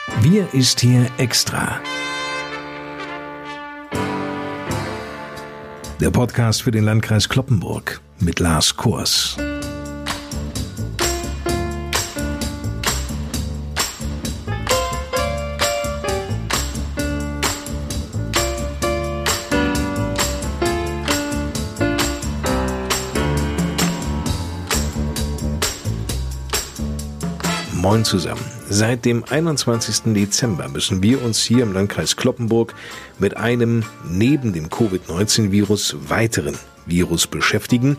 Wir ist hier extra. Der Podcast für den Landkreis Cloppenburg mit Lars Kurs. Moin zusammen. Seit dem 21. Dezember müssen wir uns hier im Landkreis Cloppenburg mit einem neben dem Covid-19-Virus weiteren Virus beschäftigen,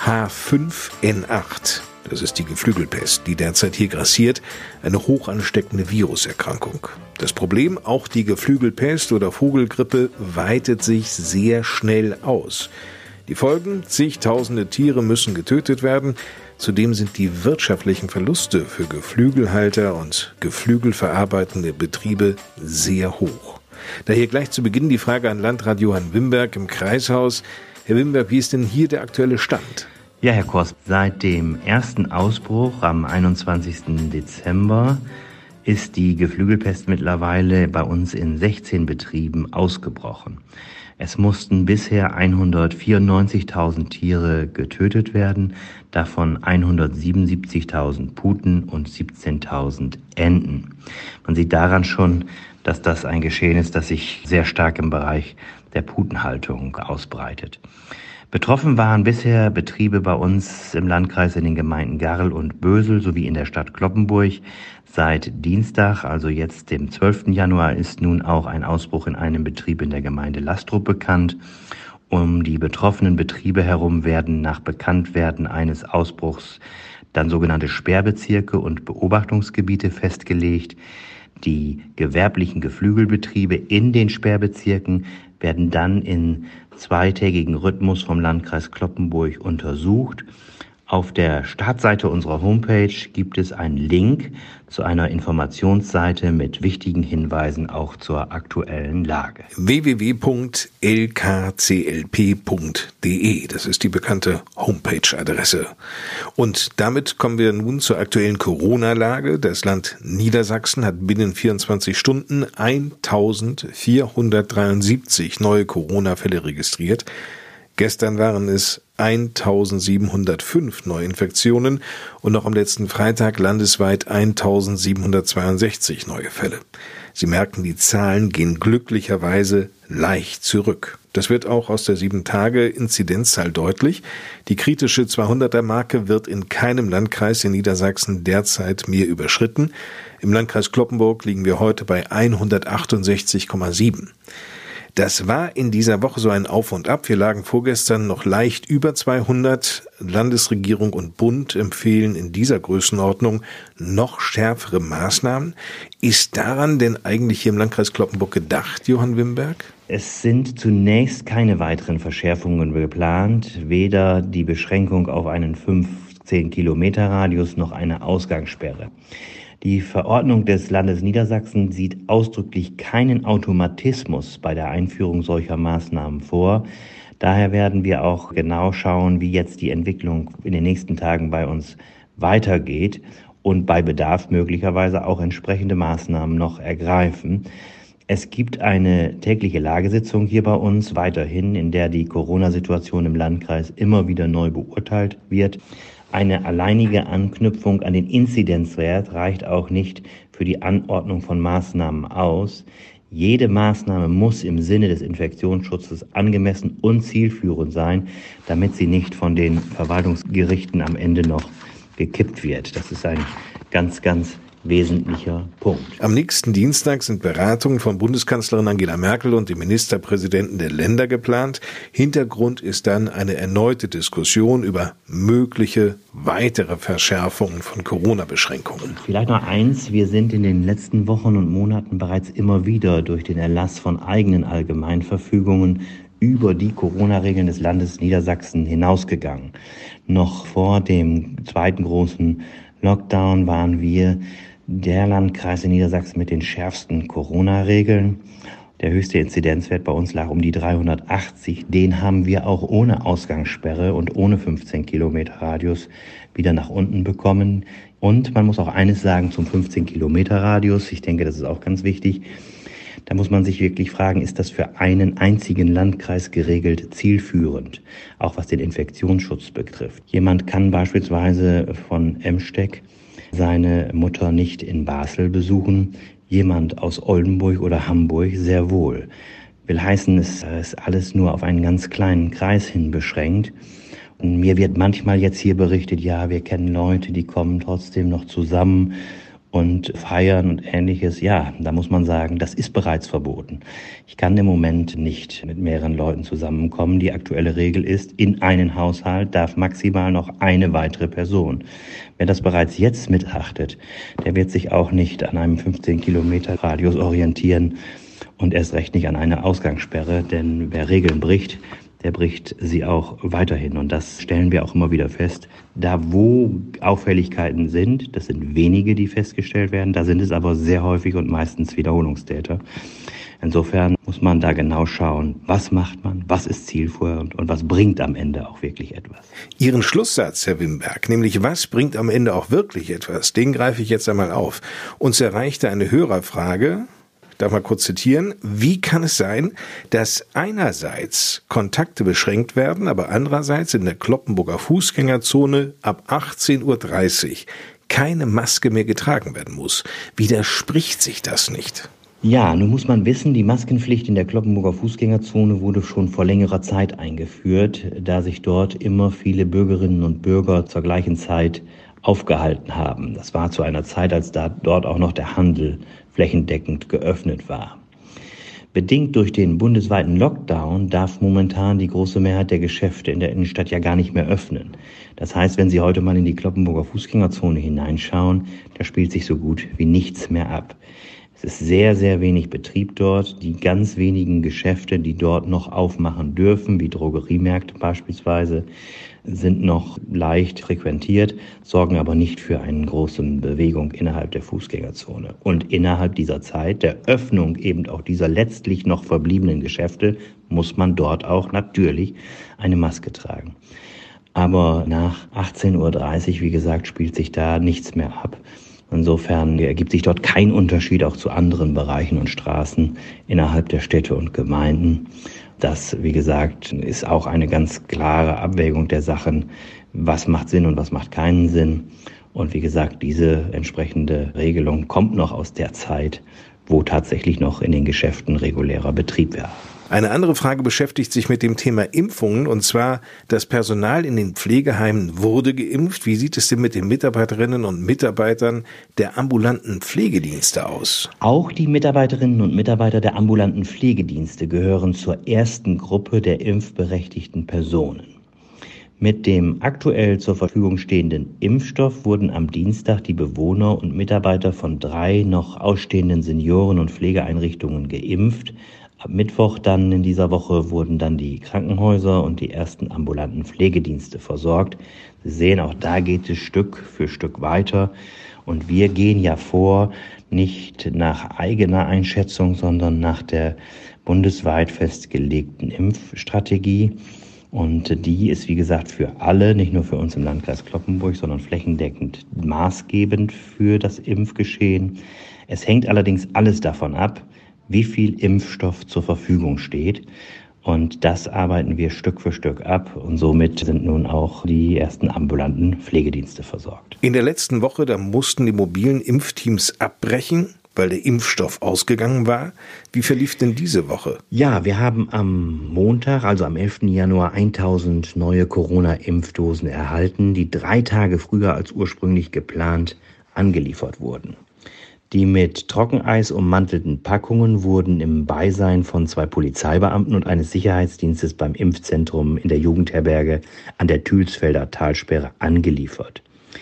H5N8. Das ist die Geflügelpest, die derzeit hier grassiert, eine hoch ansteckende Viruserkrankung. Das Problem, auch die Geflügelpest oder Vogelgrippe weitet sich sehr schnell aus. Die Folgen, zigtausende Tiere müssen getötet werden. Zudem sind die wirtschaftlichen Verluste für Geflügelhalter und geflügelverarbeitende Betriebe sehr hoch. Daher gleich zu Beginn die Frage an Landrat Johann Wimberg im Kreishaus. Herr Wimberg, wie ist denn hier der aktuelle Stand? Ja, Herr Kors, seit dem ersten Ausbruch am 21. Dezember ist die Geflügelpest mittlerweile bei uns in 16 Betrieben ausgebrochen. Es mussten bisher 194.000 Tiere getötet werden, davon 177.000 Puten und 17.000 Enten. Man sieht daran schon, dass das ein Geschehen ist, das sich sehr stark im Bereich der Putenhaltung ausbreitet. Betroffen waren bisher Betriebe bei uns im Landkreis in den Gemeinden Garl und Bösel sowie in der Stadt Cloppenburg. Seit Dienstag, also jetzt dem 12. Januar, ist nun auch ein Ausbruch in einem Betrieb in der Gemeinde Lastrup bekannt. Um die betroffenen Betriebe herum werden nach Bekanntwerden eines Ausbruchs dann sogenannte Sperrbezirke und Beobachtungsgebiete festgelegt. Die gewerblichen Geflügelbetriebe in den Sperrbezirken werden dann in zweitägigen Rhythmus vom Landkreis Cloppenburg untersucht. Auf der Startseite unserer Homepage gibt es einen Link zu einer Informationsseite mit wichtigen Hinweisen auch zur aktuellen Lage. www.lkclp.de, das ist die bekannte Homepage-Adresse. Und damit kommen wir nun zur aktuellen Corona-Lage. Das Land Niedersachsen hat binnen 24 Stunden 1473 neue Corona-Fälle registriert. Gestern waren es 1705 Neuinfektionen und noch am letzten Freitag landesweit 1762 neue Fälle. Sie merken, die Zahlen gehen glücklicherweise leicht zurück. Das wird auch aus der 7-Tage-Inzidenzzahl deutlich. Die kritische 200er-Marke wird in keinem Landkreis in Niedersachsen derzeit mehr überschritten. Im Landkreis Cloppenburg liegen wir heute bei 168,7. Das war in dieser Woche so ein Auf und Ab. Wir lagen vorgestern noch leicht über 200. Landesregierung und Bund empfehlen in dieser Größenordnung noch schärfere Maßnahmen. Ist daran denn eigentlich hier im Landkreis Cloppenburg gedacht, Johann Wimberg? Es sind zunächst keine weiteren Verschärfungen geplant, weder die Beschränkung auf einen 15-Kilometer-Radius noch eine Ausgangssperre. Die Verordnung des Landes Niedersachsen sieht ausdrücklich keinen Automatismus bei der Einführung solcher Maßnahmen vor. Daher werden wir auch genau schauen, wie jetzt die Entwicklung in den nächsten Tagen bei uns weitergeht und bei Bedarf möglicherweise auch entsprechende Maßnahmen noch ergreifen. Es gibt eine tägliche Lagesitzung hier bei uns weiterhin, in der die Corona-Situation im Landkreis immer wieder neu beurteilt wird. Eine alleinige Anknüpfung an den Inzidenzwert reicht auch nicht für die Anordnung von Maßnahmen aus. Jede Maßnahme muss im Sinne des Infektionsschutzes angemessen und zielführend sein, damit sie nicht von den Verwaltungsgerichten am Ende noch gekippt wird. Das ist ein ganz wesentlicher Punkt. Am nächsten Dienstag sind Beratungen von Bundeskanzlerin Angela Merkel und dem Ministerpräsidenten der Länder geplant. Hintergrund ist dann eine erneute Diskussion über mögliche weitere Verschärfungen von Corona-Beschränkungen. Vielleicht noch eins, wir sind in den letzten Wochen und Monaten bereits immer wieder durch den Erlass von eigenen Allgemeinverfügungen über die Corona-Regeln des Landes Niedersachsen hinausgegangen. Noch vor dem zweiten großen Lockdown waren wir der Landkreis in Niedersachsen mit den schärfsten Corona-Regeln. Der höchste Inzidenzwert bei uns lag um die 380. Den haben wir auch ohne Ausgangssperre und ohne 15 Kilometer Radius wieder nach unten bekommen. Und man muss auch eines sagen zum 15-Kilometer-Radius. Ich denke, das ist auch ganz wichtig. Da muss man sich wirklich fragen, ist das für einen einzigen Landkreis geregelt zielführend, auch was den Infektionsschutz betrifft. Jemand kann beispielsweise von Emsteck seine Mutter nicht in Basel besuchen, jemand aus Oldenburg oder Hamburg sehr wohl. Will heißen, es ist alles nur auf einen ganz kleinen Kreis hin beschränkt. Und mir wird manchmal jetzt hier berichtet, ja, wir kennen Leute, die kommen trotzdem noch zusammen und feiern und Ähnliches. Ja, da muss man sagen, das ist bereits verboten. Ich kann im Moment nicht mit mehreren Leuten zusammenkommen. Die aktuelle Regel ist, in einen Haushalt darf maximal noch eine weitere Person. Wer das bereits jetzt missachtet, der wird sich auch nicht an einem 15-Kilometer-Radius orientieren und erst recht nicht an einer Ausgangssperre, denn wer Regeln bricht, der bricht sie auch weiterhin. Und das stellen wir auch immer wieder fest. Da, wo Auffälligkeiten sind, das sind wenige, die festgestellt werden, da sind es aber sehr häufig und meistens Wiederholungstäter. Insofern muss man da genau schauen, was macht man, was ist zielführend und was bringt am Ende auch wirklich etwas. Ihren Schlusssatz, Herr Wimberg, nämlich was bringt am Ende auch wirklich etwas, den greife ich jetzt einmal auf. Uns erreichte eine Hörerfrage, ich darf mal kurz zitieren: Wie kann es sein, dass einerseits Kontakte beschränkt werden, aber andererseits in der Cloppenburger Fußgängerzone ab 18:30 Uhr keine Maske mehr getragen werden muss? Widerspricht sich das nicht? Ja, nun muss man wissen, die Maskenpflicht in der Cloppenburger Fußgängerzone wurde schon vor längerer Zeit eingeführt, da sich dort immer viele Bürgerinnen und Bürger zur gleichen Zeit aufgehalten haben. Das war zu einer Zeit, als dort auch noch der Handel flächendeckend geöffnet war. Bedingt durch den bundesweiten Lockdown darf momentan die große Mehrheit der Geschäfte in der Innenstadt ja gar nicht mehr öffnen. Das heißt, wenn Sie heute mal in die Cloppenburger Fußgängerzone hineinschauen, da spielt sich so gut wie nichts mehr ab. Es ist sehr, sehr wenig Betrieb dort. Die ganz wenigen Geschäfte, die dort noch aufmachen dürfen, wie Drogeriemärkte beispielsweise, sind noch leicht frequentiert, sorgen aber nicht für eine große Bewegung innerhalb der Fußgängerzone. Und innerhalb dieser Zeit, der Öffnung eben auch dieser letztlich noch verbliebenen Geschäfte, muss man dort auch natürlich eine Maske tragen. Aber nach 18:30 Uhr, wie gesagt, spielt sich da nichts mehr ab. Insofern ergibt sich dort kein Unterschied auch zu anderen Bereichen und Straßen innerhalb der Städte und Gemeinden. Das, wie gesagt, ist auch eine ganz klare Abwägung der Sachen, was macht Sinn und was macht keinen Sinn. Und wie gesagt, diese entsprechende Regelung kommt noch aus der Zeit, wo tatsächlich noch in den Geschäften regulärer Betrieb war. Eine andere Frage beschäftigt sich mit dem Thema Impfungen, und zwar: Das Personal in den Pflegeheimen wurde geimpft. Wie sieht es denn mit den Mitarbeiterinnen und Mitarbeitern der ambulanten Pflegedienste aus? Auch die Mitarbeiterinnen und Mitarbeiter der ambulanten Pflegedienste gehören zur ersten Gruppe der impfberechtigten Personen. Mit dem aktuell zur Verfügung stehenden Impfstoff wurden am Dienstag die Bewohner und Mitarbeiter von 3 noch ausstehenden Senioren- und Pflegeeinrichtungen geimpft. Ab Mittwoch dann in dieser Woche wurden dann die Krankenhäuser und die ersten ambulanten Pflegedienste versorgt. Sie sehen, auch da geht es Stück für Stück weiter. Und wir gehen ja vor, nicht nach eigener Einschätzung, sondern nach der bundesweit festgelegten Impfstrategie. Und die ist, wie gesagt, für alle, nicht nur für uns im Landkreis Cloppenburg, sondern flächendeckend maßgebend für das Impfgeschehen. Es hängt allerdings alles davon ab, wie viel Impfstoff zur Verfügung steht. Und das arbeiten wir Stück für Stück ab. Und somit sind nun auch die ersten ambulanten Pflegedienste versorgt. In der letzten Woche, da mussten die mobilen Impfteams abbrechen, weil der Impfstoff ausgegangen war. Wie verlief denn diese Woche? Ja, wir haben am Montag, also am 11. Januar, 1000 neue Corona-Impfdosen erhalten, die 3 Tage früher als ursprünglich geplant angeliefert wurden. Die mit Trockeneis ummantelten Packungen wurden im Beisein von 2 Polizeibeamten und eines Sicherheitsdienstes beim Impfzentrum in der Jugendherberge an der Thülsfelder Talsperre angeliefert.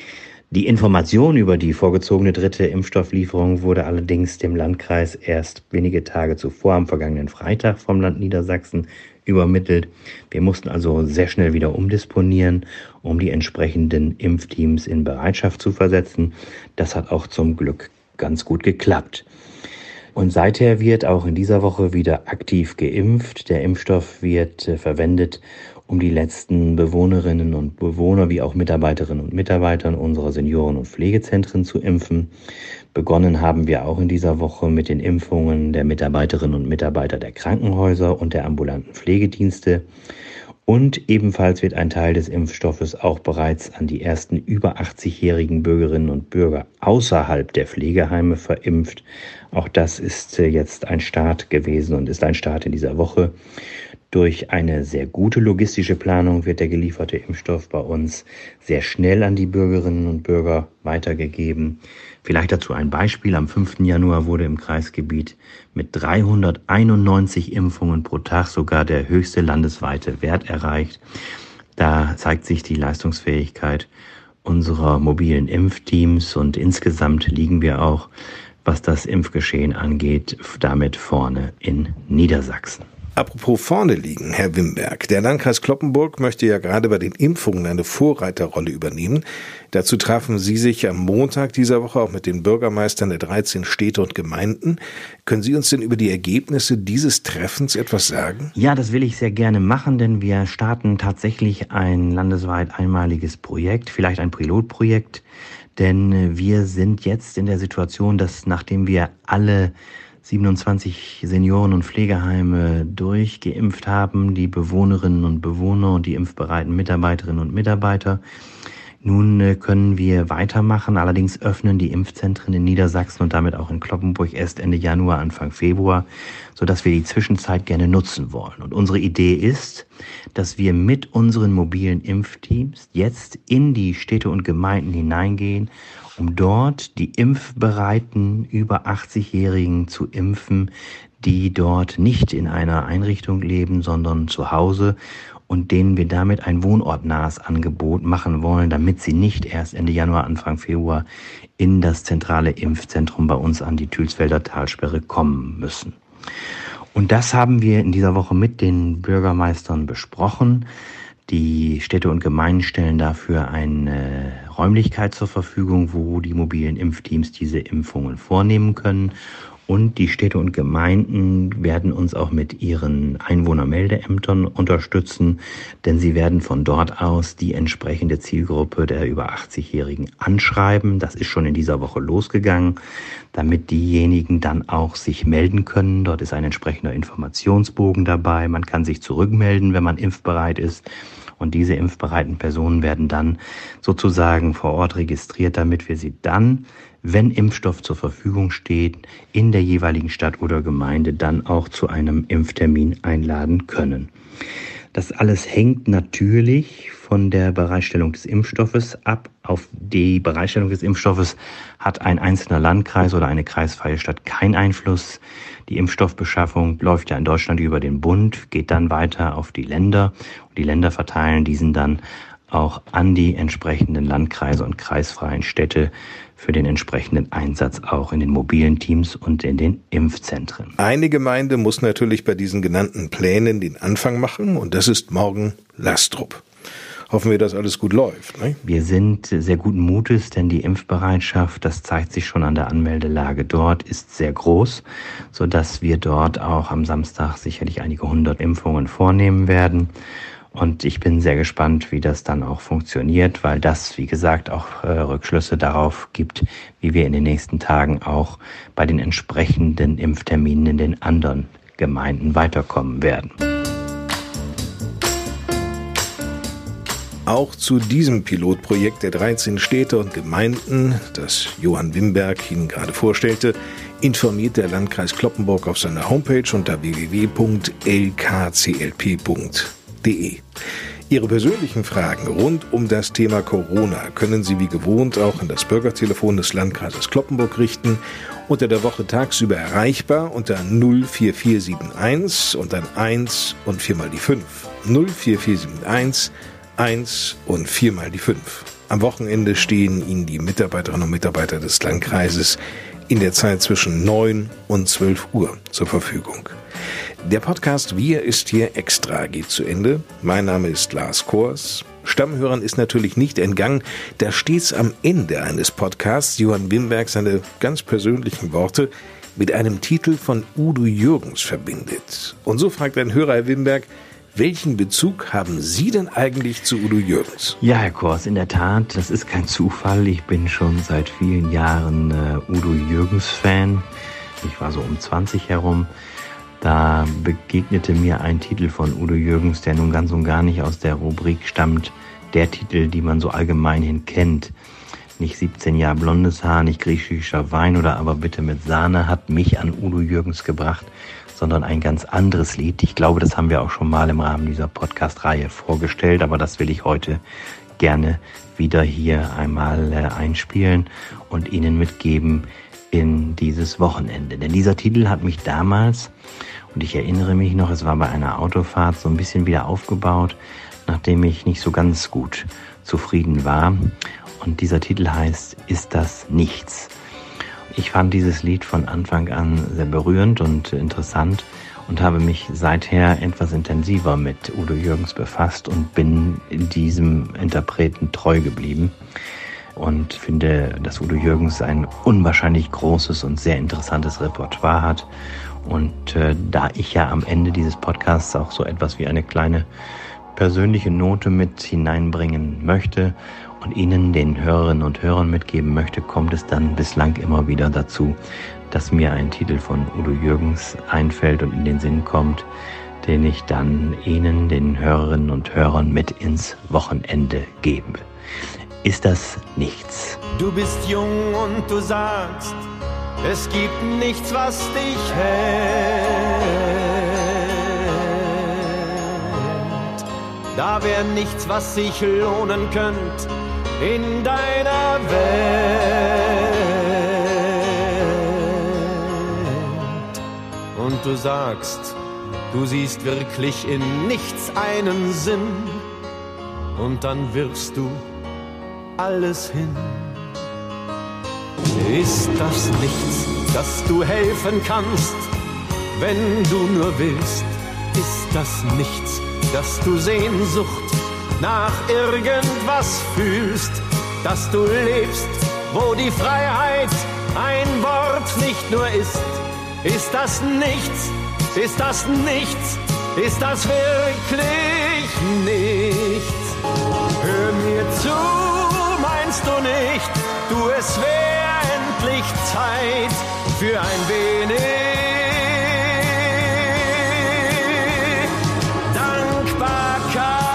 Die Information über die vorgezogene 3. Impfstofflieferung wurde allerdings dem Landkreis erst wenige Tage zuvor, am vergangenen Freitag, vom Land Niedersachsen übermittelt. Wir mussten also sehr schnell wieder umdisponieren, um die entsprechenden Impfteams in Bereitschaft zu versetzen. Das hat auch zum Glück ganz gut geklappt. Und seither wird auch in dieser Woche wieder aktiv geimpft. Der Impfstoff wird verwendet, um die letzten Bewohnerinnen und Bewohner wie auch Mitarbeiterinnen und Mitarbeiter unserer Senioren- und Pflegezentren zu impfen. Begonnen haben wir auch in dieser Woche mit den Impfungen der Mitarbeiterinnen und Mitarbeiter der Krankenhäuser und der ambulanten Pflegedienste. Und ebenfalls wird ein Teil des Impfstoffes auch bereits an die ersten über 80-jährigen Bürgerinnen und Bürger außerhalb der Pflegeheime verimpft. Auch das ist jetzt ein Start gewesen und ist ein Start in dieser Woche. Durch eine sehr gute logistische Planung wird der gelieferte Impfstoff bei uns sehr schnell an die Bürgerinnen und Bürger weitergegeben. Vielleicht dazu ein Beispiel. Am 5. Januar wurde im Kreisgebiet mit 391 Impfungen pro Tag sogar der höchste landesweite Wert erreicht. Da zeigt sich die Leistungsfähigkeit unserer mobilen Impfteams und insgesamt liegen wir auch, was das Impfgeschehen angeht, damit vorne in Niedersachsen. Apropos vorne liegen, Herr Wimberg. Der Landkreis Cloppenburg möchte ja gerade bei den Impfungen eine Vorreiterrolle übernehmen. Dazu trafen Sie sich am Montag dieser Woche auch mit den Bürgermeistern der 13 Städte und Gemeinden. Können Sie uns denn über die Ergebnisse dieses Treffens etwas sagen? Ja, das will ich sehr gerne machen, denn wir starten tatsächlich ein landesweit einmaliges Projekt, vielleicht ein Pilotprojekt. Denn wir sind jetzt in der Situation, dass nachdem wir alle 27 Senioren- und Pflegeheime durchgeimpft haben, die Bewohnerinnen und Bewohner und die impfbereiten Mitarbeiterinnen und Mitarbeiter. Nun können wir weitermachen, allerdings öffnen die Impfzentren in Niedersachsen und damit auch in Cloppenburg erst Ende Januar, Anfang Februar, sodass wir die Zwischenzeit gerne nutzen wollen. Und unsere Idee ist, dass wir mit unseren mobilen Impfteams jetzt in die Städte und Gemeinden hineingehen, um dort die impfbereiten über 80-Jährigen zu impfen, die dort nicht in einer Einrichtung leben, sondern zu Hause und denen wir damit ein wohnortnahes Angebot machen wollen, damit sie nicht erst Ende Januar, Anfang Februar in das zentrale Impfzentrum bei uns an die Tülsfelder Talsperre kommen müssen. Und das haben wir in dieser Woche mit den Bürgermeistern besprochen. Die Städte und Gemeinden stellen dafür eine Räumlichkeit zur Verfügung, wo die mobilen Impfteams diese Impfungen vornehmen können. Und die Städte und Gemeinden werden uns auch mit ihren Einwohnermeldeämtern unterstützen, denn sie werden von dort aus die entsprechende Zielgruppe der über 80-Jährigen anschreiben. Das ist schon in dieser Woche losgegangen, damit diejenigen dann auch sich melden können. Dort ist ein entsprechender Informationsbogen dabei. Man kann sich zurückmelden, wenn man impfbereit ist. Und diese impfbereiten Personen werden dann sozusagen vor Ort registriert, damit wir sie dann, wenn Impfstoff zur Verfügung steht, in der jeweiligen Stadt oder Gemeinde dann auch zu einem Impftermin einladen können. Das alles hängt natürlich von der Bereitstellung des Impfstoffes ab. Auf die Bereitstellung des Impfstoffes hat ein einzelner Landkreis oder eine kreisfreie Stadt keinen Einfluss. Die Impfstoffbeschaffung läuft ja in Deutschland über den Bund, geht dann weiter auf die Länder. Und die Länder verteilen diesen dann auch an die entsprechenden Landkreise und kreisfreien Städte für den entsprechenden Einsatz auch in den mobilen Teams und in den Impfzentren. Eine Gemeinde muss natürlich bei diesen genannten Plänen den Anfang machen und das ist morgen Lastrup. Hoffen wir, dass alles gut läuft, ne? Wir sind sehr guten Mutes, denn die Impfbereitschaft, das zeigt sich schon an der Anmeldelage dort, ist sehr groß, sodass wir dort auch am Samstag sicherlich einige 100 Impfungen vornehmen werden. Und ich bin sehr gespannt, wie das dann auch funktioniert, weil das, wie gesagt, auch Rückschlüsse darauf gibt, wie wir in den nächsten Tagen auch bei den entsprechenden Impfterminen in den anderen Gemeinden weiterkommen werden. Auch zu diesem Pilotprojekt der 13 Städte und Gemeinden, das Johann Wimberg Ihnen gerade vorstellte, informiert der Landkreis Cloppenburg auf seiner Homepage unter www.lkclp.de. Ihre persönlichen Fragen rund um das Thema Corona können Sie wie gewohnt auch an das Bürgertelefon des Landkreises Cloppenburg richten, unter der Woche tagsüber erreichbar unter 04471 und dann 1 und 4 mal die 5. 04471 1 und 4 mal die 5. Am Wochenende stehen Ihnen die Mitarbeiterinnen und Mitarbeiter des Landkreises in der Zeit zwischen 9 und 12 Uhr zur Verfügung. Der Podcast Wir ist hier extra geht zu Ende. Mein Name ist Lars Kors. Stammhörern ist natürlich nicht entgangen, dass stets am Ende eines Podcasts Johann Wimberg seine ganz persönlichen Worte mit einem Titel von Udo Jürgens verbindet. Und so fragt ein Hörer, Herr Wimberg, Welchen Bezug haben Sie denn eigentlich zu Udo Jürgens? Ja, Herr Kors, in der Tat, das ist kein Zufall. Ich bin schon seit vielen Jahren Udo Jürgens-Fan. Ich war so um 20 herum. Da begegnete mir ein Titel von Udo Jürgens, der nun ganz und gar nicht aus der Rubrik stammt, der Titel, die man so allgemein hin kennt. Nicht 17 Jahre blondes Haar, nicht griechischer Wein oder aber bitte mit Sahne hat mich an Udo Jürgens gebracht, sondern ein ganz anderes Lied. Ich glaube, das haben wir auch schon mal im Rahmen dieser Podcast-Reihe vorgestellt, aber das will ich heute gerne wieder hier einmal einspielen und Ihnen mitgeben in dieses Wochenende. Denn dieser Titel hat mich damals, und ich erinnere mich noch, es war bei einer Autofahrt so ein bisschen wieder aufgebaut, nachdem ich nicht so ganz gut zufrieden war. Und dieser Titel heißt Ist das nichts? Ich fand dieses Lied von Anfang an sehr berührend und interessant und habe mich seither etwas intensiver mit Udo Jürgens befasst und bin diesem Interpreten treu geblieben und finde, dass Udo Jürgens ein unwahrscheinlich großes und sehr interessantes Repertoire hat. Und da ich ja am Ende dieses Podcasts auch so etwas wie eine kleine persönliche Note mit hineinbringen möchte und Ihnen, den Hörerinnen und Hörern, mitgeben möchte, kommt es dann bislang immer wieder dazu, dass mir ein Titel von Udo Jürgens einfällt und in den Sinn kommt, den ich dann Ihnen, den Hörerinnen und Hörern, mit ins Wochenende geben will. Ist das nichts? Du bist jung und du sagst, es gibt nichts, was dich hält. Da wär nichts, was sich lohnen könnt in deiner Welt. Und du sagst, du siehst wirklich in nichts einen Sinn. Und dann wirfst du alles hin. Ist das nichts, dass du helfen kannst, wenn du nur willst? Ist das nichts, dass du Sehnsucht nach irgendwas fühlst? Dass du lebst, wo die Freiheit ein Wort nicht nur ist? Ist das nichts? Ist das nichts? Ist das wirklich nichts? Hör mir zu, meinst du nicht, du, es wär endlich Zeit für ein wenig Dankbarkeit.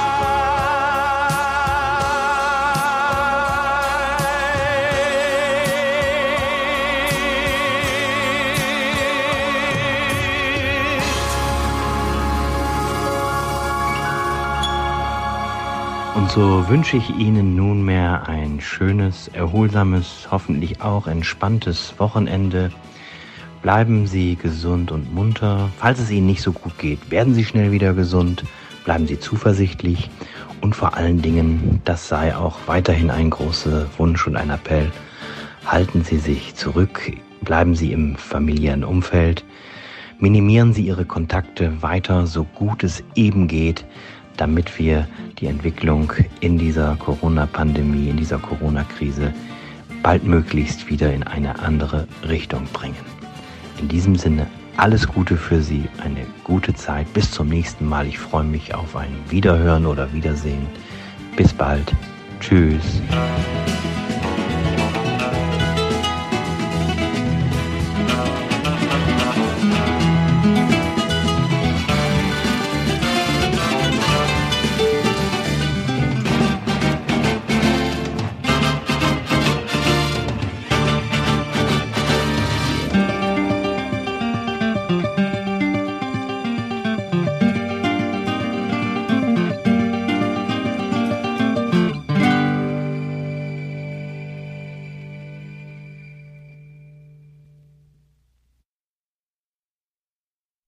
Und so wünsche ich Ihnen nunmehr ein schönes, erholsames, hoffentlich auch entspanntes Wochenende. Bleiben Sie gesund und munter. Falls es Ihnen nicht so gut geht, werden Sie schnell wieder gesund. Bleiben Sie zuversichtlich. Und vor allen Dingen, das sei auch weiterhin ein großer Wunsch und ein Appell, halten Sie sich zurück. Bleiben Sie im familiären Umfeld. Minimieren Sie Ihre Kontakte weiter, so gut es eben geht, damit wir die Entwicklung in dieser Corona-Pandemie, in dieser Corona-Krise baldmöglichst wieder in eine andere Richtung bringen. In diesem Sinne, alles Gute für Sie, eine gute Zeit. Bis zum nächsten Mal. Ich freue mich auf ein Wiederhören oder Wiedersehen. Bis bald. Tschüss.